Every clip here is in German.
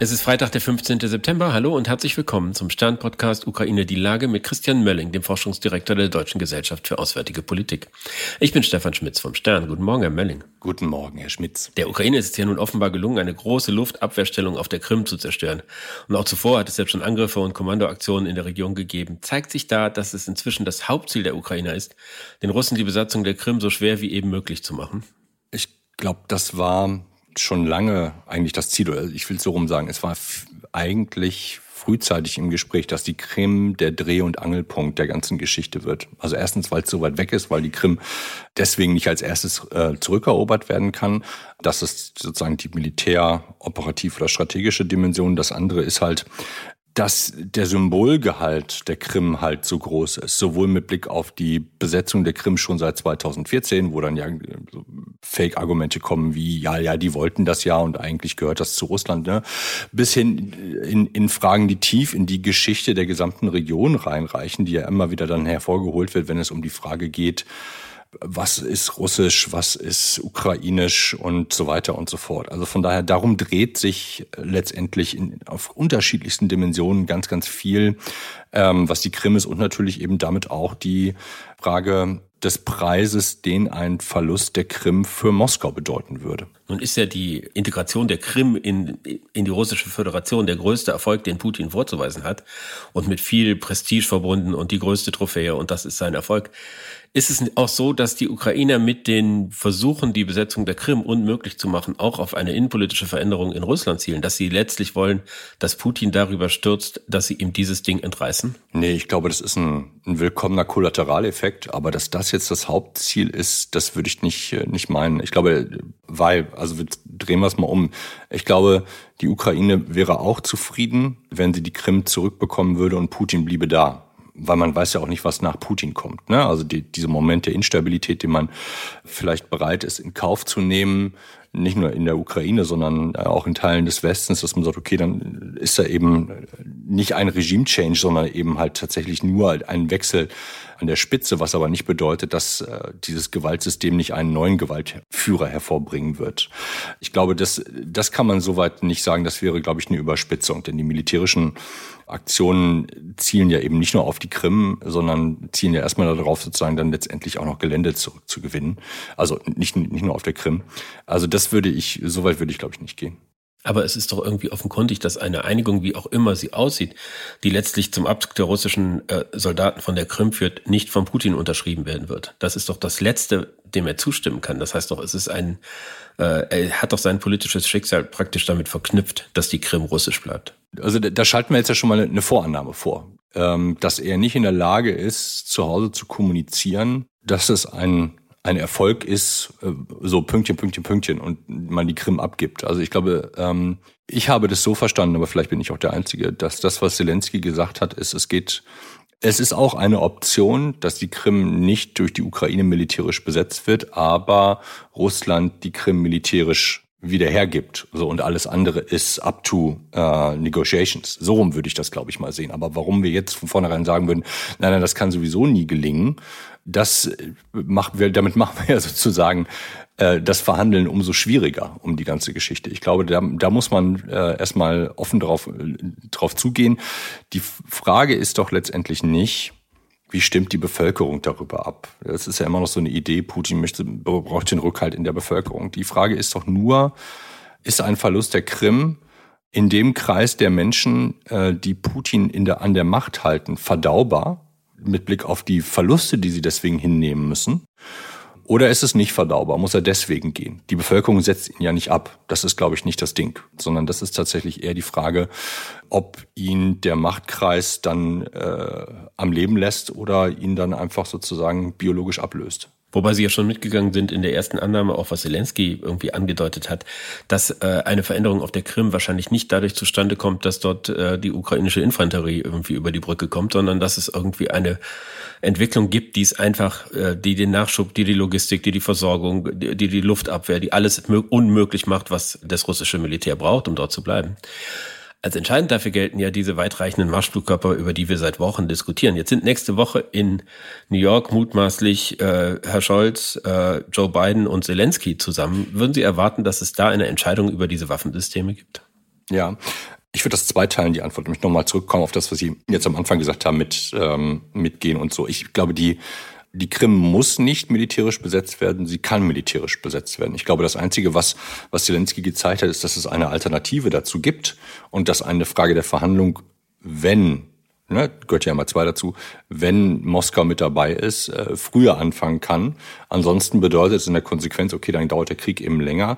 Es ist Freitag, der 15. September. Hallo und herzlich willkommen zum Stern-Podcast Ukraine die Lage mit Christian Mölling, dem Forschungsdirektor der Deutschen Gesellschaft für Auswärtige Politik. Ich bin Stefan Schmitz vom Stern. Guten Morgen, Herr Mölling. Guten Morgen, Herr Schmitz. Der Ukraine ist es ja nun offenbar gelungen, eine große Luftabwehrstellung auf der Krim zu zerstören. Und auch zuvor hat es selbst schon Angriffe und Kommandoaktionen in der Region gegeben. Zeigt sich da, dass es inzwischen das Hauptziel der Ukrainer ist, den Russen die Besatzung der Krim so schwer wie eben möglich zu machen? Ich glaube, das war schon lange eigentlich das Ziel, oder ich will es so rum sagen, es war eigentlich frühzeitig im Gespräch, dass die Krim der Dreh- und Angelpunkt der ganzen Geschichte wird. Also erstens, weil es so weit weg ist, weil die Krim deswegen nicht als erstes zurückerobert werden kann. Das ist sozusagen die militär-, operativ- oder strategische Dimension. Das andere ist halt, dass der Symbolgehalt der Krim halt so groß ist, sowohl mit Blick auf die Besetzung der Krim schon seit 2014, wo dann ja so Fake-Argumente kommen wie, ja, die wollten das ja und eigentlich gehört das zu Russland, ne? Bis hin in Fragen, die tief in die Geschichte der gesamten Region reinreichen, die ja immer wieder dann hervorgeholt wird, wenn es um die Frage geht, was ist russisch, was ist ukrainisch und so weiter und so fort. Also von daher, darum dreht sich letztendlich auf unterschiedlichsten Dimensionen ganz, ganz viel, was die Krim ist und natürlich eben damit auch die Frage des Preises, den ein Verlust der Krim für Moskau bedeuten würde. Nun ist ja die Integration der Krim in die Russische Föderation der größte Erfolg, den Putin vorzuweisen hat und mit viel Prestige verbunden und die größte Trophäe und das ist sein Erfolg. Ist es auch so, dass die Ukrainer mit den Versuchen, die Besetzung der Krim unmöglich zu machen, auch auf eine innenpolitische Veränderung in Russland zielen, dass sie letztlich wollen, dass Putin darüber stürzt, dass sie ihm dieses Ding entreißen? Nee, ich glaube, das ist ein willkommener Kollateraleffekt, aber dass das jetzt das Hauptziel ist, das würde ich nicht meinen. Ich glaube, drehen wir es mal um. Ich glaube, die Ukraine wäre auch zufrieden, wenn sie die Krim zurückbekommen würde und Putin bliebe da. Weil man weiß ja auch nicht, was nach Putin kommt, ne? Also dieser Moment der Instabilität, den man vielleicht bereit ist, in Kauf zu nehmen, nicht nur in der Ukraine, sondern auch in Teilen des Westens, dass man sagt, okay, dann ist da eben nicht ein Regime-Change, sondern eben halt tatsächlich nur ein Wechsel an der Spitze, was aber nicht bedeutet, dass dieses Gewaltsystem nicht einen neuen Gewaltführer hervorbringen wird. Ich glaube, das kann man soweit nicht sagen. Das wäre, glaube ich, eine Überspitzung, denn die militärischen Aktionen zielen ja eben nicht nur auf die Krim, sondern zielen ja erstmal darauf, sozusagen dann letztendlich auch noch Gelände zurückzugewinnen. Also nicht nur auf der Krim. Also soweit würde ich, glaube ich, nicht gehen. Aber es ist doch irgendwie offenkundig, dass eine Einigung, wie auch immer sie aussieht, die letztlich zum Abzug der russischen Soldaten von der Krim führt, nicht von Putin unterschrieben werden wird. Das ist doch das Letzte, dem er zustimmen kann. Das heißt doch, er hat doch sein politisches Schicksal praktisch damit verknüpft, dass die Krim russisch bleibt. Also da schalten wir jetzt ja schon mal eine Vorannahme vor, dass er nicht in der Lage ist, zu Hause zu kommunizieren, dass es ein Erfolg ist, so Pünktchen und man die Krim abgibt. Also ich glaube, ich habe das so verstanden, aber vielleicht bin ich auch der Einzige, dass das, was Zelensky gesagt hat, ist, es ist auch eine Option, dass die Krim nicht durch die Ukraine militärisch besetzt wird, aber Russland die Krim militärisch wieder hergibt. So, und alles andere ist up to negotiations. So rum würde ich das, glaube ich, mal sehen. Aber warum wir jetzt von vornherein sagen würden, nein, das kann sowieso nie gelingen, damit machen wir ja sozusagen das Verhandeln umso schwieriger um die ganze Geschichte. Ich glaube, da muss man erstmal offen drauf zugehen. Die Frage ist doch letztendlich nicht, wie stimmt die Bevölkerung darüber ab? Das ist ja immer noch so eine Idee, Putin braucht den Rückhalt in der Bevölkerung. Die Frage ist doch nur, ist ein Verlust der Krim in dem Kreis der Menschen, die Putin an der Macht halten, verdaubar, mit Blick auf die Verluste, die sie deswegen hinnehmen müssen? Oder ist es nicht verdaubar? Muss er deswegen gehen? Die Bevölkerung setzt ihn ja nicht ab. Das ist, glaube ich, nicht das Ding. Sondern das ist tatsächlich eher die Frage, ob ihn der Machtkreis dann am Leben lässt oder ihn dann einfach sozusagen biologisch ablöst. Wobei sie ja schon mitgegangen sind in der ersten Annahme, auch was Zelensky irgendwie angedeutet hat, dass eine Veränderung auf der Krim wahrscheinlich nicht dadurch zustande kommt, dass dort die ukrainische Infanterie irgendwie über die Brücke kommt, sondern dass es irgendwie eine Entwicklung gibt, die es einfach, die den Nachschub, die Logistik, die Versorgung, die Luftabwehr, die alles unmöglich macht, was das russische Militär braucht, um dort zu bleiben. Als entscheidend dafür gelten ja diese weitreichenden Marschflugkörper, über die wir seit Wochen diskutieren. Jetzt sind nächste Woche in New York mutmaßlich Herr Scholz, Joe Biden und Zelensky zusammen. Würden Sie erwarten, dass es da eine Entscheidung über diese Waffensysteme gibt? Ja, ich würde das zweiteilen, die Antwort, nämlich nochmal zurückkommen auf das, was Sie jetzt am Anfang gesagt haben mit mitgehen und so. Ich glaube, die Krim muss nicht militärisch besetzt werden, sie kann militärisch besetzt werden. Ich glaube, das Einzige, was Zelensky gezeigt hat, ist, dass es eine Alternative dazu gibt und dass eine Frage der Verhandlung, wenn, gehört ja immer zwei dazu, wenn Moskau mit dabei ist, früher anfangen kann. Ansonsten bedeutet es in der Konsequenz, okay, dann dauert der Krieg eben länger.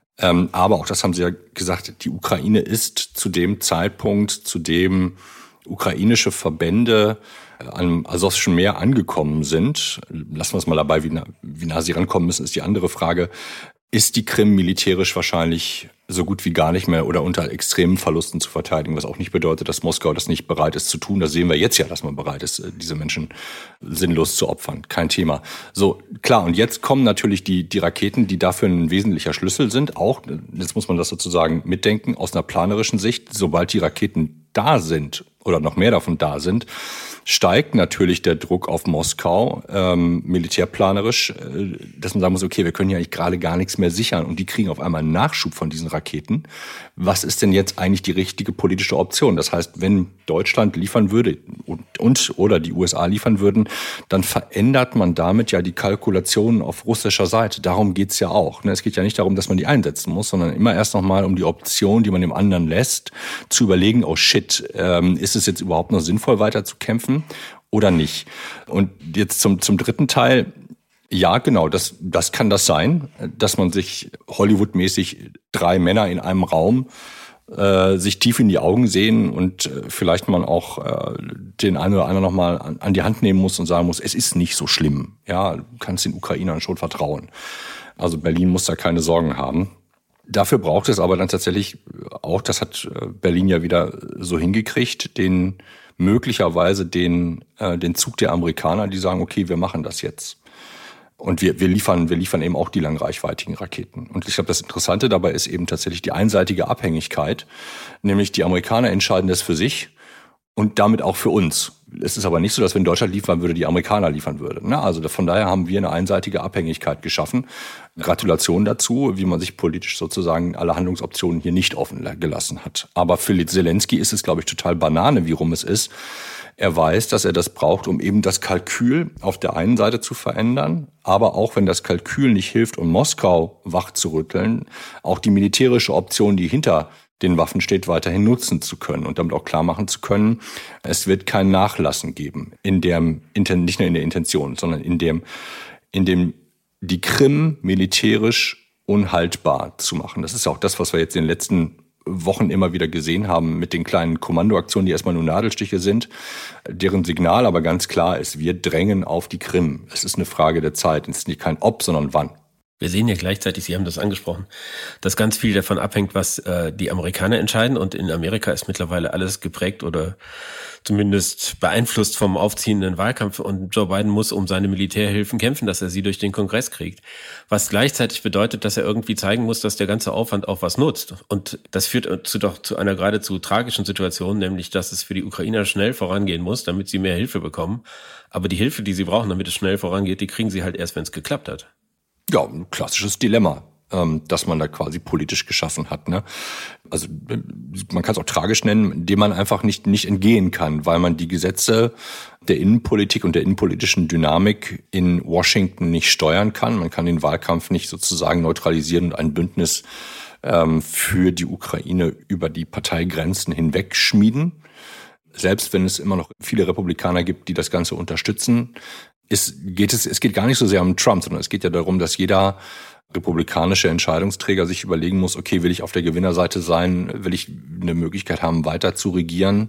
Aber auch das haben Sie ja gesagt, die Ukraine ist zu dem Zeitpunkt, zu dem ukrainische Verbände am Asowschen Meer angekommen sind. Lassen wir es mal dabei, wie nah sie rankommen müssen, ist die andere Frage. Ist die Krim militärisch wahrscheinlich so gut wie gar nicht mehr oder unter extremen Verlusten zu verteidigen, was auch nicht bedeutet, dass Moskau das nicht bereit ist zu tun. Das sehen wir jetzt ja, dass man bereit ist, diese Menschen sinnlos zu opfern. Kein Thema. So, klar, und jetzt kommen natürlich die Raketen, die dafür ein wesentlicher Schlüssel sind. Auch, jetzt muss man das sozusagen mitdenken, aus einer planerischen Sicht, sobald die Raketen da sind oder noch mehr davon da sind, steigt natürlich der Druck auf Moskau, militärplanerisch, dass man sagen muss, okay, wir können ja eigentlich gerade gar nichts mehr sichern und die kriegen auf einmal einen Nachschub von diesen Raketen. Was ist denn jetzt eigentlich die richtige politische Option? Das heißt, wenn Deutschland liefern würde oder die USA liefern würden, dann verändert man damit ja die Kalkulationen auf russischer Seite. Darum geht's ja auch. Es geht ja nicht darum, dass man die einsetzen muss, sondern immer erst nochmal um die Option, die man dem anderen lässt, zu überlegen, oh shit, ist es jetzt überhaupt noch sinnvoll, weiter zu kämpfen oder nicht? Und jetzt zum dritten Teil. Ja, genau, das kann das sein, dass man sich Hollywood-mäßig 3 Männer in einem Raum sich tief in die Augen sehen und vielleicht man auch den einen oder anderen nochmal an die Hand nehmen muss und sagen muss, es ist nicht so schlimm. Ja, du kannst den Ukrainern schon vertrauen. Also Berlin muss da keine Sorgen haben. Dafür braucht es aber dann tatsächlich auch, das hat Berlin ja wieder so hingekriegt, möglicherweise den Zug der Amerikaner, die sagen, okay, wir machen das jetzt. Und wir liefern eben auch die langreichweitigen Raketen. Und ich glaube, das Interessante dabei ist eben tatsächlich die einseitige Abhängigkeit. Nämlich die Amerikaner entscheiden das für sich und damit auch für uns. Es ist aber nicht so, dass wenn Deutschland liefern würde, die Amerikaner liefern würden. Also von daher haben wir eine einseitige Abhängigkeit geschaffen. Gratulation dazu, wie man sich politisch sozusagen alle Handlungsoptionen hier nicht offen gelassen hat. Aber für Zelensky ist es, glaube ich, total Banane, wie rum es ist. Er weiß, dass er das braucht, um eben das Kalkül auf der einen Seite zu verändern, aber auch wenn das Kalkül nicht hilft, um Moskau wach zu rütteln, auch die militärische Option, die hinter den Waffen steht, weiterhin nutzen zu können und damit auch klar machen zu können, es wird kein Nachlassen geben, nicht nur in der Intention, sondern in dem die Krim militärisch unhaltbar zu machen. Das ist auch das, was wir jetzt in den letzten Wochen immer wieder gesehen haben mit den kleinen Kommandoaktionen, die erstmal nur Nadelstiche sind, deren Signal aber ganz klar ist, wir drängen auf die Krim. Es ist eine Frage der Zeit. Es ist nicht kein Ob, sondern wann. Wir sehen ja gleichzeitig, Sie haben das angesprochen, dass ganz viel davon abhängt, was die Amerikaner entscheiden. Und in Amerika ist mittlerweile alles geprägt oder zumindest beeinflusst vom aufziehenden Wahlkampf. Und Joe Biden muss um seine Militärhilfen kämpfen, dass er sie durch den Kongress kriegt. Was gleichzeitig bedeutet, dass er irgendwie zeigen muss, dass der ganze Aufwand auch was nutzt. Und das führt doch zu einer geradezu tragischen Situation, nämlich, dass es für die Ukrainer schnell vorangehen muss, damit sie mehr Hilfe bekommen. Aber die Hilfe, die sie brauchen, damit es schnell vorangeht, die kriegen sie halt erst, wenn es geklappt hat. Ja, ein klassisches Dilemma, das man da quasi politisch geschaffen hat. Ne? Also man kann es auch tragisch nennen, dem man einfach nicht entgehen kann, weil man die Gesetze der Innenpolitik und der innenpolitischen Dynamik in Washington nicht steuern kann. Man kann den Wahlkampf nicht sozusagen neutralisieren und ein Bündnis für die Ukraine über die Parteigrenzen hinweg schmieden. Selbst wenn es immer noch viele Republikaner gibt, die das Ganze unterstützen, es geht gar nicht so sehr um Trump, sondern es geht ja darum, dass jeder republikanische Entscheidungsträger sich überlegen muss, okay, will ich auf der Gewinnerseite sein, will ich eine Möglichkeit haben, weiter zu regieren,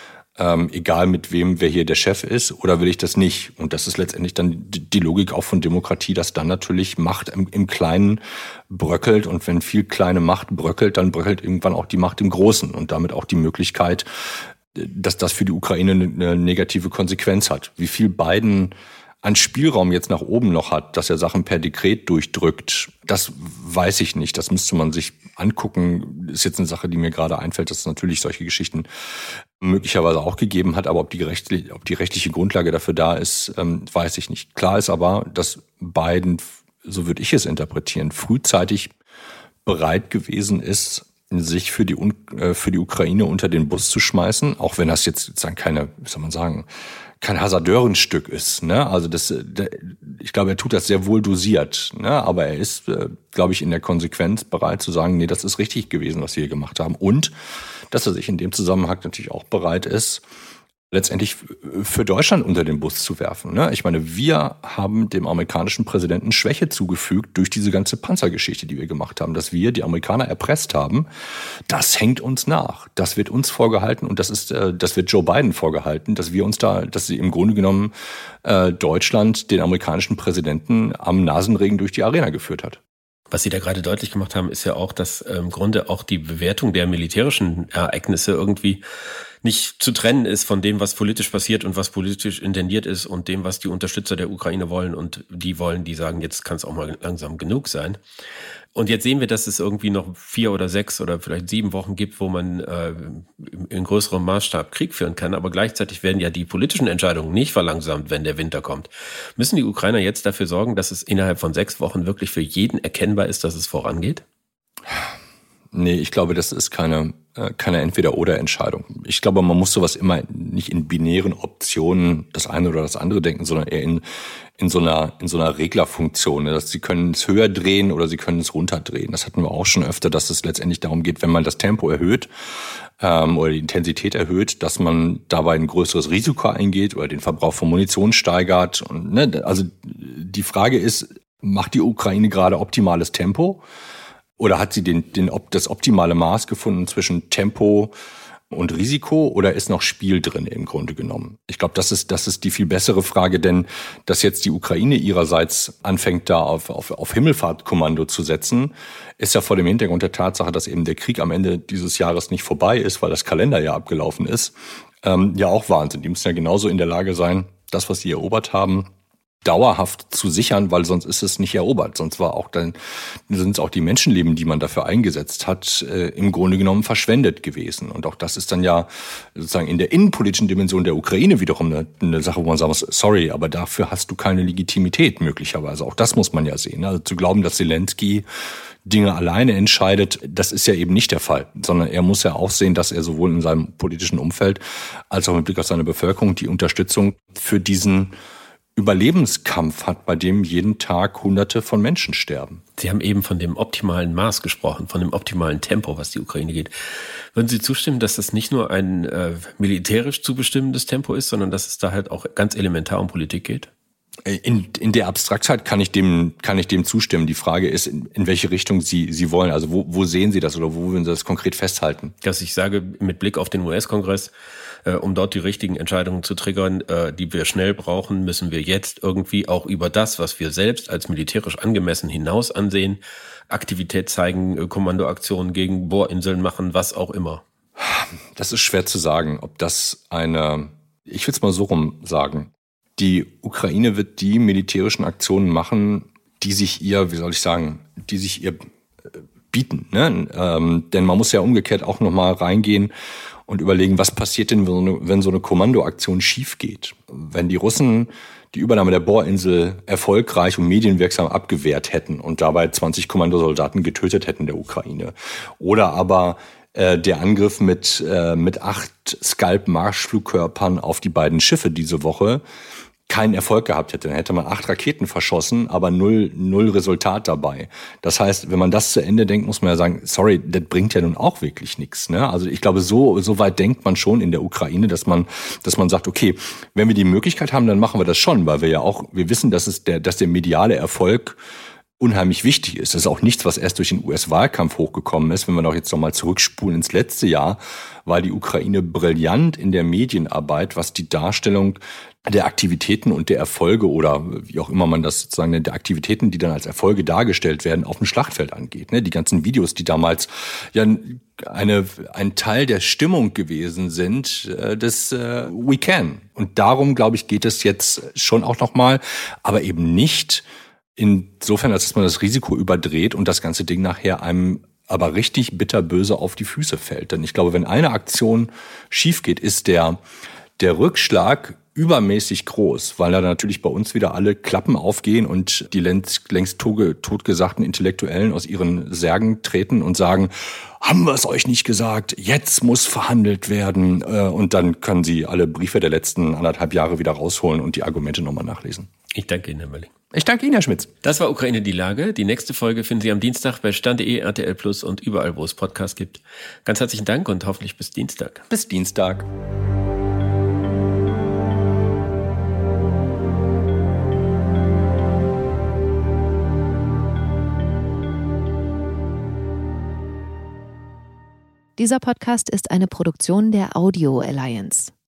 egal mit wem, wer hier der Chef ist, oder will ich das nicht? Und das ist letztendlich dann die Logik auch von Demokratie, dass dann natürlich Macht im Kleinen bröckelt und wenn viel kleine Macht bröckelt, dann bröckelt irgendwann auch die Macht im Großen und damit auch die Möglichkeit, dass das für die Ukraine eine negative Konsequenz hat. Wie viel Biden an Spielraum jetzt nach oben noch hat, dass er Sachen per Dekret durchdrückt, das weiß ich nicht. Das müsste man sich angucken. Ist jetzt eine Sache, die mir gerade einfällt, dass es natürlich solche Geschichten möglicherweise auch gegeben hat. Aber ob die rechtliche Grundlage dafür da ist, weiß ich nicht. Klar ist aber, dass Biden, so würde ich es interpretieren, frühzeitig bereit gewesen ist, sich für die Ukraine unter den Bus zu schmeißen, auch wenn das jetzt sozusagen kein Hasardeurenstück ist, ne? Also ich glaube, er tut das sehr wohl dosiert, ne? Aber er ist, glaube ich, in der Konsequenz bereit zu sagen, nee, das ist richtig gewesen, was wir hier gemacht haben. Und dass er sich in dem Zusammenhang natürlich auch bereit ist, letztendlich für Deutschland unter den Bus zu werfen, ne? Ich meine, wir haben dem amerikanischen Präsidenten Schwäche zugefügt durch diese ganze Panzergeschichte, die wir gemacht haben, dass wir die Amerikaner erpresst haben. Das hängt uns nach. Das wird uns vorgehalten und das wird Joe Biden vorgehalten, dass sie im Grunde genommen Deutschland den amerikanischen Präsidenten am Nasenregen durch die Arena geführt hat. Was Sie da gerade deutlich gemacht haben, ist ja auch, dass im Grunde auch die Bewertung der militärischen Ereignisse irgendwie nicht zu trennen ist von dem, was politisch passiert und was politisch intendiert ist und dem, was die Unterstützer der Ukraine wollen. Und die sagen, jetzt kann es auch mal langsam genug sein. Und jetzt sehen wir, dass es irgendwie noch 4 oder 6 oder vielleicht 7 Wochen gibt, wo man in größerem Maßstab Krieg führen kann. Aber gleichzeitig werden ja die politischen Entscheidungen nicht verlangsamt, wenn der Winter kommt. Müssen die Ukrainer jetzt dafür sorgen, dass es innerhalb von 6 Wochen wirklich für jeden erkennbar ist, dass es vorangeht? Nee, ich glaube, das ist keine Entweder-oder-Entscheidung. Ich glaube, man muss sowas immer nicht in binären Optionen das eine oder das andere denken, sondern eher in so einer Reglerfunktion. Dass sie können es höher drehen oder sie können es runterdrehen. Das hatten wir auch schon öfter, dass es letztendlich darum geht, wenn man das Tempo erhöht oder die Intensität erhöht, dass man dabei ein größeres Risiko eingeht oder den Verbrauch von Munition steigert. Und, ne, also die Frage ist, macht die Ukraine gerade optimales Tempo? Oder hat sie das optimale Maß gefunden zwischen Tempo und Risiko oder ist noch Spiel drin im Grunde genommen? Ich glaube, das ist die viel bessere Frage, denn dass jetzt die Ukraine ihrerseits anfängt, da auf Himmelfahrtkommando zu setzen, ist ja vor dem Hintergrund der Tatsache, dass eben der Krieg am Ende dieses Jahres nicht vorbei ist, weil das Kalenderjahr abgelaufen ist, ja auch Wahnsinn. Die müssen ja genauso in der Lage sein, das, was sie erobert haben, dauerhaft zu sichern, weil sonst ist es nicht erobert. Sonst sind es auch die Menschenleben, die man dafür eingesetzt hat, im Grunde genommen verschwendet gewesen. Und auch das ist dann ja sozusagen in der innenpolitischen Dimension der Ukraine wiederum eine Sache, wo man sagen muss, sorry, aber dafür hast du keine Legitimität möglicherweise. Auch das muss man ja sehen. Also zu glauben, dass Zelensky Dinge alleine entscheidet, das ist ja eben nicht der Fall, sondern er muss ja auch sehen, dass er sowohl in seinem politischen Umfeld als auch mit Blick auf seine Bevölkerung die Unterstützung für diesen Überlebenskampf hat, bei dem jeden Tag Hunderte von Menschen sterben. Sie haben eben von dem optimalen Maß gesprochen, von dem optimalen Tempo, was die Ukraine geht. Würden Sie zustimmen, dass das nicht nur ein militärisch zu bestimmendes Tempo ist, sondern dass es da halt auch ganz elementar um Politik geht? In der Abstraktheit kann ich dem zustimmen. Die Frage ist, in welche Richtung Sie wollen. Also wo sehen Sie das oder wo würden Sie das konkret festhalten? Dass ich sage, mit Blick auf den US-Kongress, um dort die richtigen Entscheidungen zu triggern, die wir schnell brauchen, müssen wir jetzt irgendwie auch über das, was wir selbst als militärisch angemessen hinaus ansehen, Aktivität zeigen, Kommandoaktionen gegen Bohrinseln machen, was auch immer. Das ist schwer zu sagen, ob das ich will es mal so rum sagen, die Ukraine wird die militärischen Aktionen machen, die sich ihr bieten. Ne? Denn man muss ja umgekehrt auch nochmal reingehen und überlegen, was passiert denn, wenn so eine Kommandoaktion schief geht. Wenn die Russen die Übernahme der Bohrinsel erfolgreich und medienwirksam abgewehrt hätten und dabei 20 Kommandosoldaten getötet hätten der Ukraine. Oder aber der Angriff mit 8 Scalp-Marschflugkörpern auf die beiden Schiffe diese Woche keinen Erfolg gehabt hätte. Dann hätte man 8 Raketen verschossen, aber null Resultat dabei. Das heißt, wenn man das zu Ende denkt, muss man ja sagen, sorry, das bringt ja nun auch wirklich nichts. Ne? Also ich glaube, so weit denkt man schon in der Ukraine, dass man sagt, okay, wenn wir die Möglichkeit haben, dann machen wir das schon, weil wir wissen, dass der mediale Erfolg unheimlich wichtig ist. Das ist auch nichts, was erst durch den US-Wahlkampf hochgekommen ist. Wenn wir noch jetzt nochmal zurückspulen ins letzte Jahr, war die Ukraine brillant in der Medienarbeit, was die Darstellung der Aktivitäten und der Erfolge oder wie auch immer man das sozusagen nennt, der Aktivitäten, die dann als Erfolge dargestellt werden, auf dem Schlachtfeld angeht. Die ganzen Videos, die damals ja ein Teil der Stimmung gewesen sind, des We Can. Und darum, glaube ich, geht es jetzt schon auch nochmal, aber eben nicht insofern, als dass man das Risiko überdreht und das ganze Ding nachher einem aber richtig bitterböse auf die Füße fällt. Denn ich glaube, wenn eine Aktion schief geht, ist der Rückschlag übermäßig groß, weil da natürlich bei uns wieder alle Klappen aufgehen und die längst totgesagten Intellektuellen aus ihren Särgen treten und sagen, haben wir es euch nicht gesagt, jetzt muss verhandelt werden. Und dann können Sie alle Briefe der letzten 1,5 Jahre wieder rausholen und die Argumente nochmal nachlesen. Ich danke Ihnen, Herr Mölling. Ich danke Ihnen, Herr Schmitz. Das war Ukraine die Lage. Die nächste Folge finden Sie am Dienstag bei Stern.de, RTL Plus und überall, wo es Podcasts gibt. Ganz herzlichen Dank und hoffentlich bis Dienstag. Bis Dienstag. Dieser Podcast ist eine Produktion der Audio Alliance.